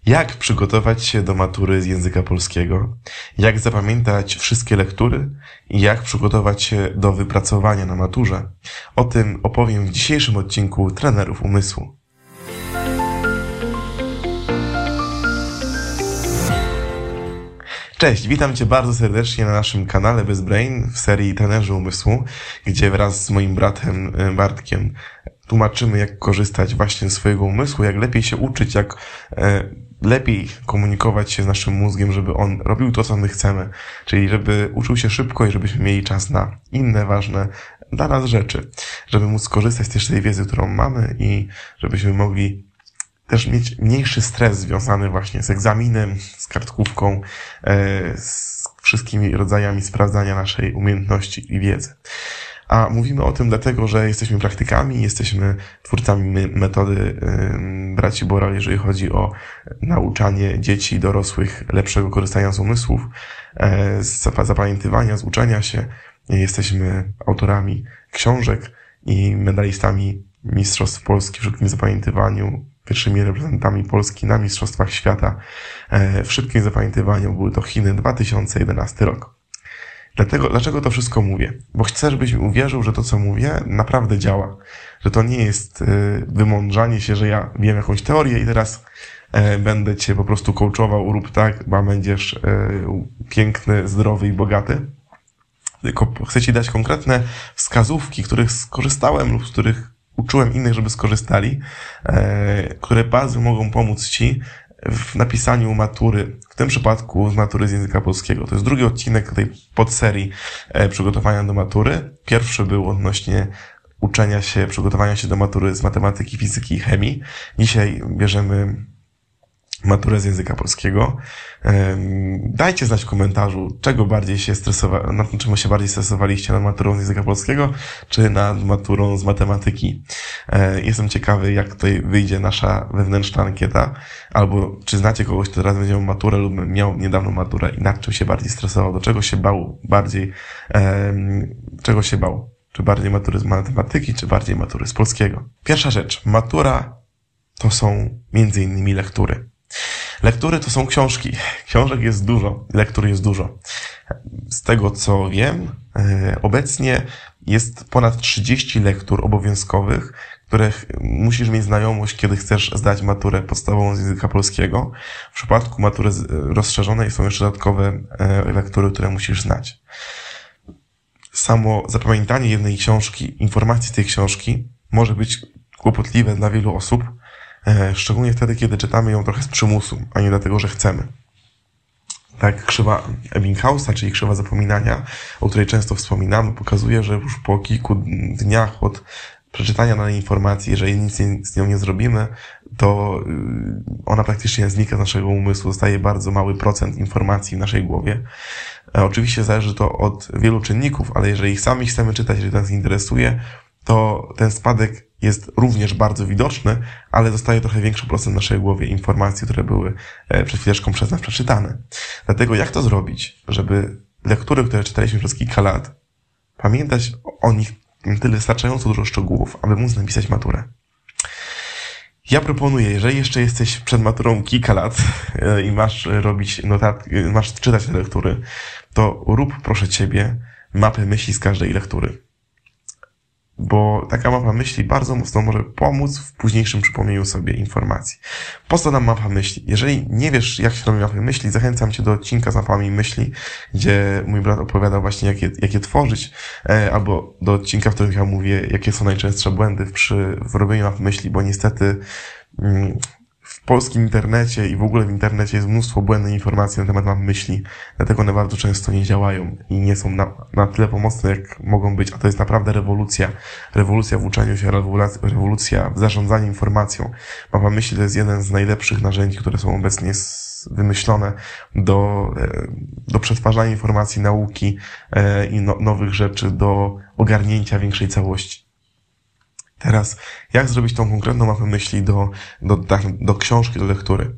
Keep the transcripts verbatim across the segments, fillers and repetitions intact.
Jak przygotować się do matury z języka polskiego? Jak zapamiętać wszystkie lektury? I jak przygotować się do wypracowania na maturze? O tym opowiem w dzisiejszym odcinku Trenerów Umysłu. Cześć, witam Cię bardzo serdecznie na naszym kanale BizBrain w serii Trenerzy Umysłu, gdzie wraz z moim bratem Bartkiem tłumaczymy, jak korzystać właśnie z swojego umysłu, jak lepiej się uczyć, jak e, lepiej komunikować się z naszym mózgiem, żeby on robił to, co my chcemy, czyli żeby uczył się szybko i żebyśmy mieli czas na inne ważne dla nas rzeczy, żeby móc skorzystać też z tej wiedzy, którą mamy i żebyśmy mogli też mieć mniejszy stres związany właśnie z egzaminem, z kartkówką, e, z wszystkimi rodzajami sprawdzania naszej umiejętności i wiedzy. A mówimy o tym dlatego, że jesteśmy praktykami, jesteśmy twórcami metody braci Boral, jeżeli chodzi o nauczanie dzieci i dorosłych lepszego korzystania z umysłów, z zapamiętywania, z uczenia się. Jesteśmy autorami książek i medalistami Mistrzostw Polski w szybkim zapamiętywaniu, pierwszymi reprezentantami Polski na Mistrzostwach Świata w szybkim zapamiętywaniu. Były to Chiny, dwa tysiące jedenasty rok. Dlatego, dlaczego to wszystko mówię? Bo chcę, żebyś mi uwierzył, że to, co mówię, naprawdę działa. Że to nie jest y, wymądrzanie się, że ja wiem jakąś teorię i teraz y, będę cię po prostu coachował, rób tak, bo będziesz y, piękny, zdrowy i bogaty. Tylko chcę ci dać konkretne wskazówki, których skorzystałem lub z których uczyłem innych, żeby skorzystali, y, które bardzo mogą pomóc ci w napisaniu matury, w tym przypadku z matury z języka polskiego. To jest drugi odcinek tej podserii e, przygotowania do matury. Pierwszy był odnośnie uczenia się, przygotowania się do matury z matematyki, fizyki i chemii. Dzisiaj bierzemy maturę z języka polskiego. E, dajcie znać w komentarzu, czego bardziej się stresowa- nad czym się bardziej stresowaliście, nad maturą z języka polskiego, czy nad maturą z matematyki. E, jestem ciekawy, jak tutaj wyjdzie nasza wewnętrzna ankieta, albo czy znacie kogoś, kto teraz będzie miał maturę lub miał niedawno maturę i nad czym się bardziej stresował, do czego się bał bardziej, e, czego się bał. Czy bardziej matury z matematyki, czy bardziej matury z polskiego. Pierwsza rzecz. Matura to są między innymi lektury. Lektury to są książki. Książek jest dużo, lektur jest dużo. Z tego, co wiem, obecnie jest ponad trzydzieści lektur obowiązkowych, których musisz mieć znajomość, kiedy chcesz zdać maturę podstawową z języka polskiego. W przypadku matury rozszerzonej są jeszcze dodatkowe lektury, które musisz znać. Samo zapamiętanie jednej książki, informacji z tej książki może być kłopotliwe dla wielu osób, szczególnie wtedy, kiedy czytamy ją trochę z przymusu, a nie dlatego, że chcemy. Tak, krzywa Ebbinghausa, czyli krzywa zapominania, o której często wspominamy, pokazuje, że już po kilku dniach od przeczytania danej informacji, jeżeli nic z nią nie zrobimy, to ona praktycznie znika z naszego umysłu, zostaje bardzo mały procent informacji w naszej głowie. Oczywiście zależy to od wielu czynników, ale jeżeli sami chcemy czytać, jeżeli nas interesuje, to ten spadek jest również bardzo widoczny, ale zostaje trochę większy procent w naszej głowie informacji, które były przed chwileczką przez nas przeczytane. Dlatego jak to zrobić, żeby lektury, które czytaliśmy przez kilka lat, pamiętać o nich tyle wystarczająco dużo szczegółów, aby móc napisać maturę? Ja proponuję, jeżeli jeszcze jesteś przed maturą kilka lat i masz robić notatki, masz czytać te lektury, to rób, proszę Ciebie, mapę myśli z każdej lektury. Bo taka mapa myśli bardzo mocno może pomóc w późniejszym przypomnieniu sobie informacji. Po co nam mapa myśli? Jeżeli nie wiesz, jak się robi mapy myśli, zachęcam Cię do odcinka z mapami myśli, gdzie mój brat opowiadał właśnie, jak je, jak je tworzyć, e, albo do odcinka, w którym ja mówię, jakie są najczęstsze błędy przy w robieniu map myśli, bo niestety mm, w polskim internecie i w ogóle w internecie jest mnóstwo błędnych informacji na temat map myśli, dlatego one bardzo często nie działają i nie są na, na tyle pomocne, jak mogą być, a to jest naprawdę rewolucja. Rewolucja w uczeniu się, rewolucja w zarządzaniu informacją. Mapa myśli to jest jeden z najlepszych narzędzi, które są obecnie wymyślone do, do przetwarzania informacji, nauki i no, nowych rzeczy, do ogarnięcia większej całości. Teraz, jak zrobić tą konkretną mapę myśli do, do, do, do książki, do lektury?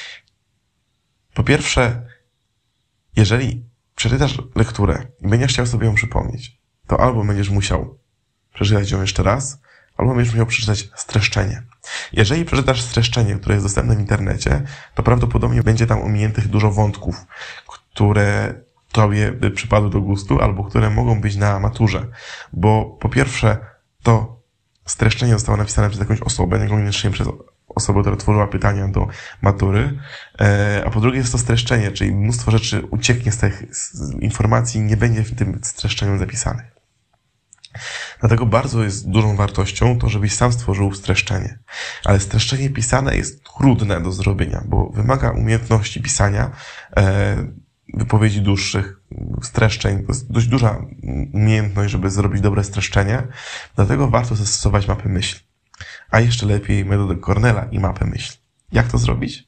Po pierwsze, jeżeli przeczytasz lekturę i będziesz chciał sobie ją przypomnieć, to albo będziesz musiał przeczytać ją jeszcze raz, albo będziesz musiał przeczytać streszczenie. Jeżeli przeczytasz streszczenie, które jest dostępne w internecie, to prawdopodobnie będzie tam ominiętych dużo wątków, które tobie by przypadły do gustu albo które mogą być na maturze. Bo po pierwsze, to streszczenie zostało napisane przez jakąś osobę, niekoniecznie przez osobę, która tworzyła pytania do matury, a po drugie jest to streszczenie, czyli mnóstwo rzeczy ucieknie z tych informacji i nie będzie w tym streszczeniu zapisanych. Dlatego bardzo jest dużą wartością to, żebyś sam stworzył streszczenie. Ale streszczenie pisane jest trudne do zrobienia, bo wymaga umiejętności pisania, wypowiedzi dłuższych, streszczeń. To jest dość duża umiejętność, żeby zrobić dobre streszczenie. Dlatego warto zastosować mapy myśli. A jeszcze lepiej metodę Cornella i mapę myśli. Jak to zrobić?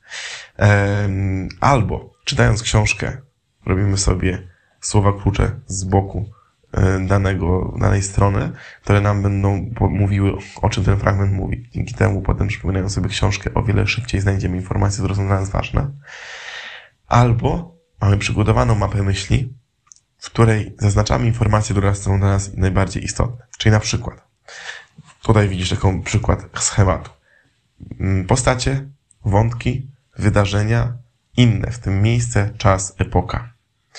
Albo czytając książkę robimy sobie słowa klucze z boku danego, danej strony, które nam będą mówiły, o czym ten fragment mówi. Dzięki temu potem, przypominając sobie książkę, o wiele szybciej znajdziemy informacje, które są dla nas ważne. Albo mamy przygotowaną mapę myśli, w której zaznaczamy informacje, które są dla nas najbardziej istotne. Czyli na przykład, tutaj widzisz taki przykład schematu. Postacie, wątki, wydarzenia, inne, w tym miejsce, czas, epoka.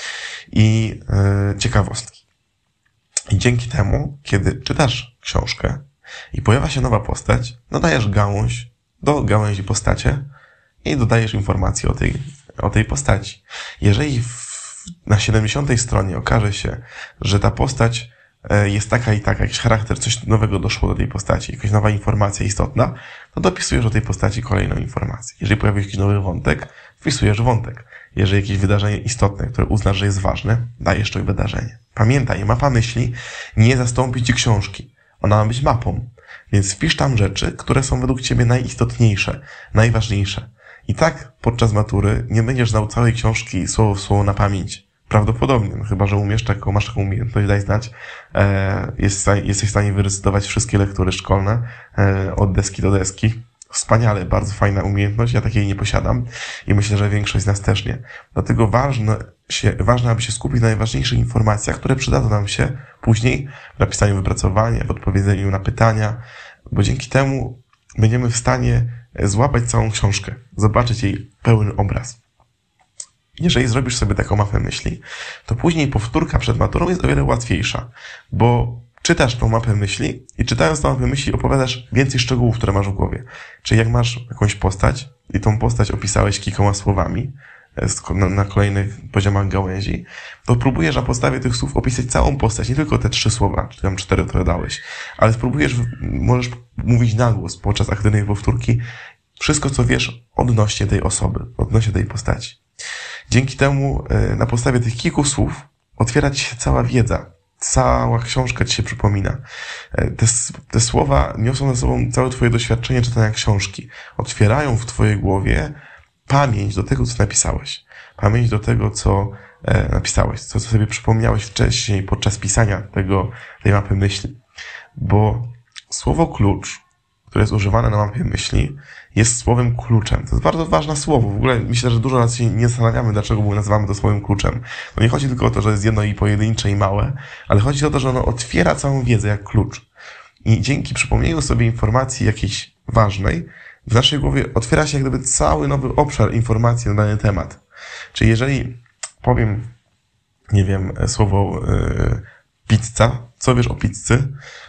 I yy, ciekawostki. I dzięki temu, kiedy czytasz książkę i pojawia się nowa postać, dodajesz gałąź do gałęzi postacie i dodajesz informacje o tej, o tej postaci. Jeżeli w, na siedemdziesiątej stronie okaże się, że ta postać jest taka i taka, jakiś charakter, coś nowego doszło do tej postaci, jakaś nowa informacja istotna, to dopisujesz o tej postaci kolejną informację. Jeżeli pojawi się jakiś nowy wątek, wpisujesz wątek. Jeżeli jakieś wydarzenie istotne, które uznasz, że jest ważne, dajesz to wydarzenie. Pamiętaj, mapa myśli nie zastąpi ci książki. Ona ma być mapą. Więc wpisz tam rzeczy, które są według ciebie najistotniejsze, najważniejsze. I tak podczas matury nie będziesz znał całej książki słowo w słowo na pamięć. Prawdopodobnie, no chyba że umiesz taką, masz taką umiejętność, daj znać, e, jest, jesteś w stanie wyrecytować wszystkie lektury szkolne e, od deski do deski. Wspaniale, bardzo fajna umiejętność, ja takiej nie posiadam i myślę, że większość z nas też nie. Dlatego ważne, się, ważne aby się skupić na najważniejszych informacjach, które przydadzą nam się później w napisaniu wypracowania, w odpowiedzeniu na pytania, bo dzięki temu będziemy w stanie złapać całą książkę, zobaczyć jej pełny obraz. Jeżeli zrobisz sobie taką mapę myśli, to później powtórka przed maturą jest o wiele łatwiejsza, bo czytasz tą mapę myśli i czytając tą mapę myśli opowiadasz więcej szczegółów, które masz w głowie. Czyli jak masz jakąś postać i tą postać opisałeś kilkoma słowami na, na kolejnych poziomach gałęzi, to próbujesz na podstawie tych słów opisać całą postać, nie tylko te trzy słowa, czy tam cztery, które dałeś, ale spróbujesz, możesz mówić na głos podczas aktywnej powtórki wszystko, co wiesz odnośnie tej osoby, odnośnie tej postaci. Dzięki temu na podstawie tych kilku słów otwiera ci się cała wiedza, cała książka ci się przypomina. Te, te słowa niosą ze sobą całe twoje doświadczenie czytania książki. Otwierają w twojej głowie pamięć do tego, co napisałeś. Pamięć do tego, co e, napisałeś, co, co sobie przypomniałeś wcześniej podczas pisania tego, tej mapy myśli. Bo słowo klucz, które jest używane na mapie myśli, jest słowem kluczem. To jest bardzo ważne słowo. W ogóle myślę, że dużo razy się nie zastanawiamy, dlaczego nazywamy to słowem kluczem. To nie chodzi tylko o to, że jest jedno i pojedyncze i małe, ale chodzi o to, że ono otwiera całą wiedzę jak klucz. I dzięki przypomnieniu sobie informacji jakiejś ważnej, w naszej głowie otwiera się jak gdyby cały nowy obszar informacji na dany temat. Czyli jeżeli powiem, nie wiem, słowo yy, pizza, co wiesz o pizzy,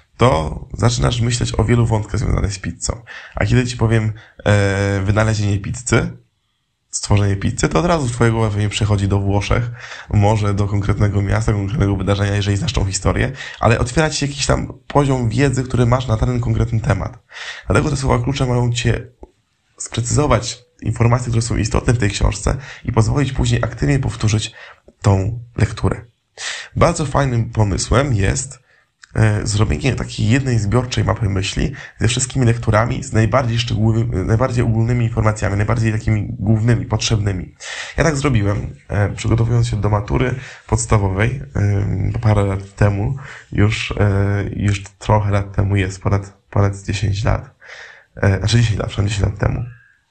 to zaczynasz myśleć o wielu wątkach związanych z pizzą. A kiedy ci powiem e, wynalezienie pizzy, stworzenie pizzy, to od razu w twojej głowie przechodzi do Włoszech, może do konkretnego miasta, konkretnego wydarzenia, jeżeli znasz tą historię, ale otwiera ci jakiś tam poziom wiedzy, który masz na ten konkretny temat. Dlatego te słowa klucze mają cię sprecyzować informacje, które są istotne w tej książce i pozwolić później aktywnie powtórzyć tą lekturę. Bardzo fajnym pomysłem jest zrobienie takiej jednej zbiorczej mapy myśli ze wszystkimi lekturami, z najbardziej szczegółowymi, najbardziej ogólnymi informacjami, najbardziej takimi głównymi, potrzebnymi. Ja tak zrobiłem, przygotowując się do matury podstawowej, parę lat temu, już, już trochę lat temu jest, ponad, ponad dziesięć lat, znaczy dziesięć lat, przynajmniej dziesięć lat temu.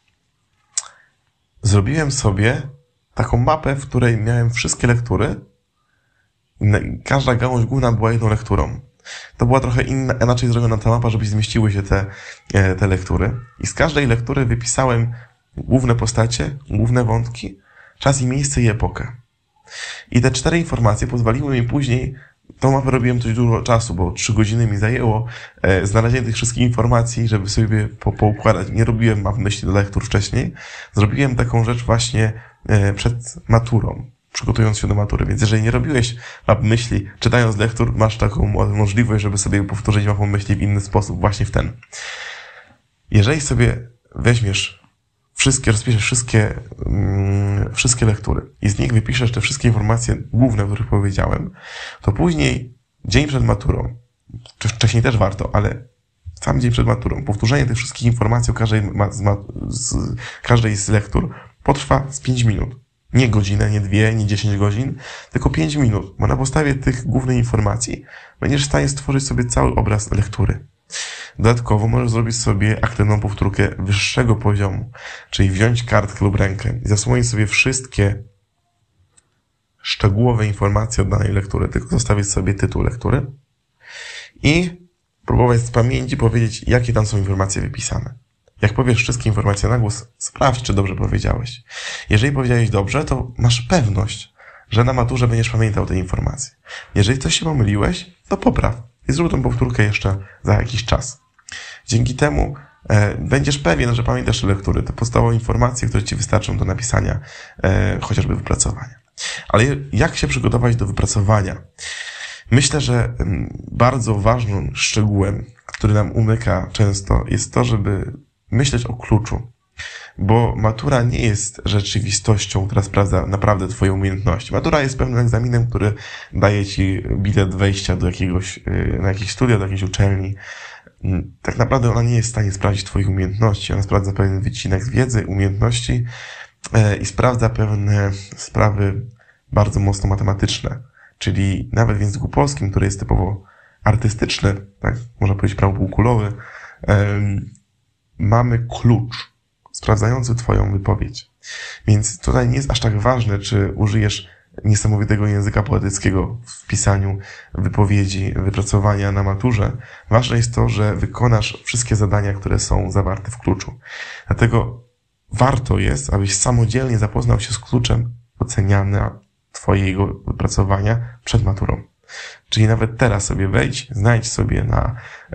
Zrobiłem sobie taką mapę, w której miałem wszystkie lektury. Każda gałąź główna była jedną lekturą. To była trochę inna, inaczej zrobiona ta mapa, żeby zmieściły się te, te lektury. I z każdej lektury wypisałem główne postacie, główne wątki, czas i miejsce i epokę. I te cztery informacje pozwoliły mi później, tą mapę robiłem dość dużo czasu, bo trzy godziny mi zajęło e, znalezienie tych wszystkich informacji, żeby sobie po, poukładać. Nie robiłem map myśli do lektur wcześniej. Zrobiłem taką rzecz właśnie e, przed maturą, przygotując się do matury. Więc jeżeli nie robiłeś map myśli, czytając lektur, masz taką możliwość, żeby sobie powtórzyć mapą myśli w inny sposób, właśnie w ten. Jeżeli sobie weźmiesz wszystkie, rozpiszesz wszystkie, mm, wszystkie lektury i z nich wypiszesz te wszystkie informacje główne, o których powiedziałem, to później, dzień przed maturą, czy wcześniej też warto, ale sam dzień przed maturą, powtórzenie tych wszystkich informacji o każdej z, ma, z, każdej z lektur potrwa z pięć minut. Nie godzinę, nie dwie, nie dziesięć godzin, tylko pięć minut, bo na podstawie tych głównych informacji będziesz w stanie stworzyć sobie cały obraz lektury. Dodatkowo możesz zrobić sobie aktywną powtórkę wyższego poziomu, czyli wziąć kartkę lub rękę i zasłonić sobie wszystkie szczegółowe informacje od danej lektury, tylko zostawić sobie tytuł lektury i próbować z pamięci powiedzieć, jakie tam są informacje wypisane. Jak powiesz wszystkie informacje na głos, sprawdź, czy dobrze powiedziałeś. Jeżeli powiedziałeś dobrze, to masz pewność, że na maturze będziesz pamiętał te informacje. Jeżeli coś się pomyliłeś, to popraw i zrób tą powtórkę jeszcze za jakiś czas. Dzięki temu e, będziesz pewien, że pamiętasz te lektury, te podstawowe informacje, które ci wystarczą do napisania e, chociażby wypracowania. Ale jak się przygotować do wypracowania? Myślę, że bardzo ważnym szczegółem, który nam umyka często, jest to, żeby myśleć o kluczu. Bo matura nie jest rzeczywistością, która sprawdza naprawdę twoje umiejętności. Matura jest pewnym egzaminem, który daje ci bilet wejścia do jakiegoś, na jakieś studia, do jakiejś uczelni. Tak naprawdę ona nie jest w stanie sprawdzić twoich umiejętności. Ona sprawdza pewien wycinek z wiedzy, umiejętności i sprawdza pewne sprawy bardzo mocno matematyczne. Czyli nawet w języku polskim, który jest typowo artystyczny, tak, można powiedzieć prawopółkulowy, mamy klucz sprawdzający twoją wypowiedź. Więc tutaj nie jest aż tak ważne, czy użyjesz niesamowitego języka poetyckiego w pisaniu wypowiedzi, wypracowania na maturze. Ważne jest to, że wykonasz wszystkie zadania, które są zawarte w kluczu. Dlatego warto jest, abyś samodzielnie zapoznał się z kluczem oceniania twojego wypracowania przed maturą. Czyli nawet teraz sobie wejdź, znajdź sobie na,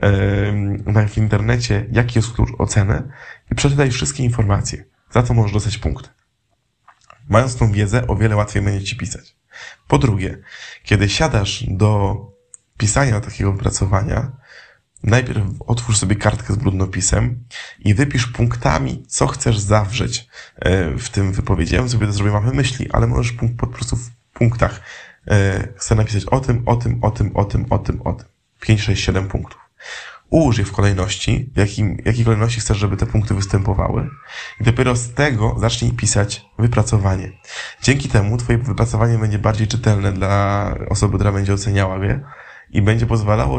yy, na w internecie, jaki jest klucz oceny i przeczytaj wszystkie informacje. Za to możesz dostać punkt. Mając tą wiedzę, o wiele łatwiej będzie ci pisać. Po drugie, kiedy siadasz do pisania takiego wypracowania, najpierw otwórz sobie kartkę z brudnopisem i wypisz punktami, co chcesz zawrzeć w tym wypowiedzi. Ja bym sobie to zrobił mapę myśli, ale możesz punkt, po prostu w punktach chcę napisać o tym, o tym, o tym, o tym, o tym, o tym. pięć, sześć, siedem punktów. Ułóż je w kolejności, w jakim, jakiej kolejności chcesz, żeby te punkty występowały i dopiero z tego zacznij pisać wypracowanie. Dzięki temu twoje wypracowanie będzie bardziej czytelne dla osoby, która będzie oceniała je i będzie pozwalało e,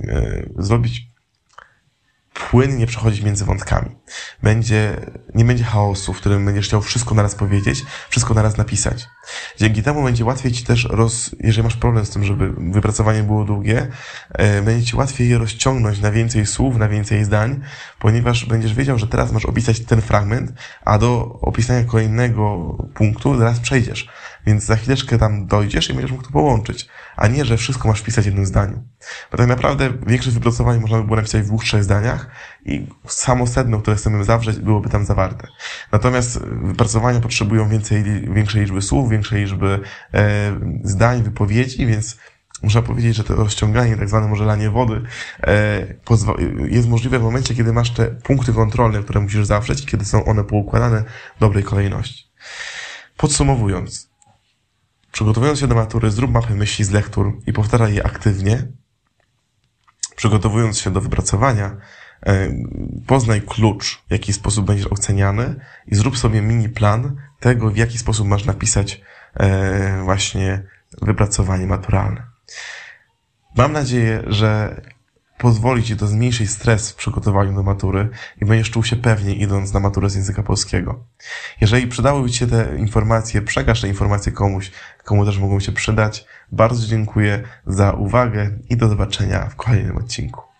zrobić płynnie przechodzić między wątkami. Będzie, nie będzie chaosu, w którym będziesz chciał wszystko naraz powiedzieć, wszystko naraz napisać. Dzięki temu będzie łatwiej ci też roz, jeżeli masz problem z tym, żeby wypracowanie było długie, e, będzie ci łatwiej je rozciągnąć na więcej słów, na więcej zdań, ponieważ będziesz wiedział, że teraz masz opisać ten fragment, a do opisania kolejnego punktu zaraz przejdziesz. Więc za chwileczkę tam dojdziesz i będziesz mógł to połączyć, a nie, że wszystko masz wpisać w jednym zdaniu. Bo tak naprawdę większość wypracowań można by było napisać w dwóch, trzech zdaniach i samo sedno, które chcemy zawrzeć, byłoby tam zawarte. Natomiast wypracowania potrzebują więcej, większej liczby słów, większej liczby e, zdań, wypowiedzi, więc można powiedzieć, że to rozciąganie, tak zwane może lanie wody, e, pozwa- jest możliwe w momencie, kiedy masz te punkty kontrolne, które musisz zawrzeć i kiedy są one poukładane w dobrej kolejności. Podsumowując, przygotowując się do matury, zrób mapę myśli z lektur i powtarzaj je aktywnie. Przygotowując się do wypracowania, poznaj klucz, w jaki sposób będziesz oceniany i zrób sobie mini plan tego, w jaki sposób masz napisać właśnie wypracowanie maturalne. Mam nadzieję, że pozwoli Ci to zmniejszyć stres w przygotowaniu do matury i będziesz czuł się pewnie idąc na maturę z języka polskiego. Jeżeli przydały Ci się te informacje, przekaż te informacje komuś, komu też mogą się przydać. Bardzo dziękuję za uwagę i do zobaczenia w kolejnym odcinku.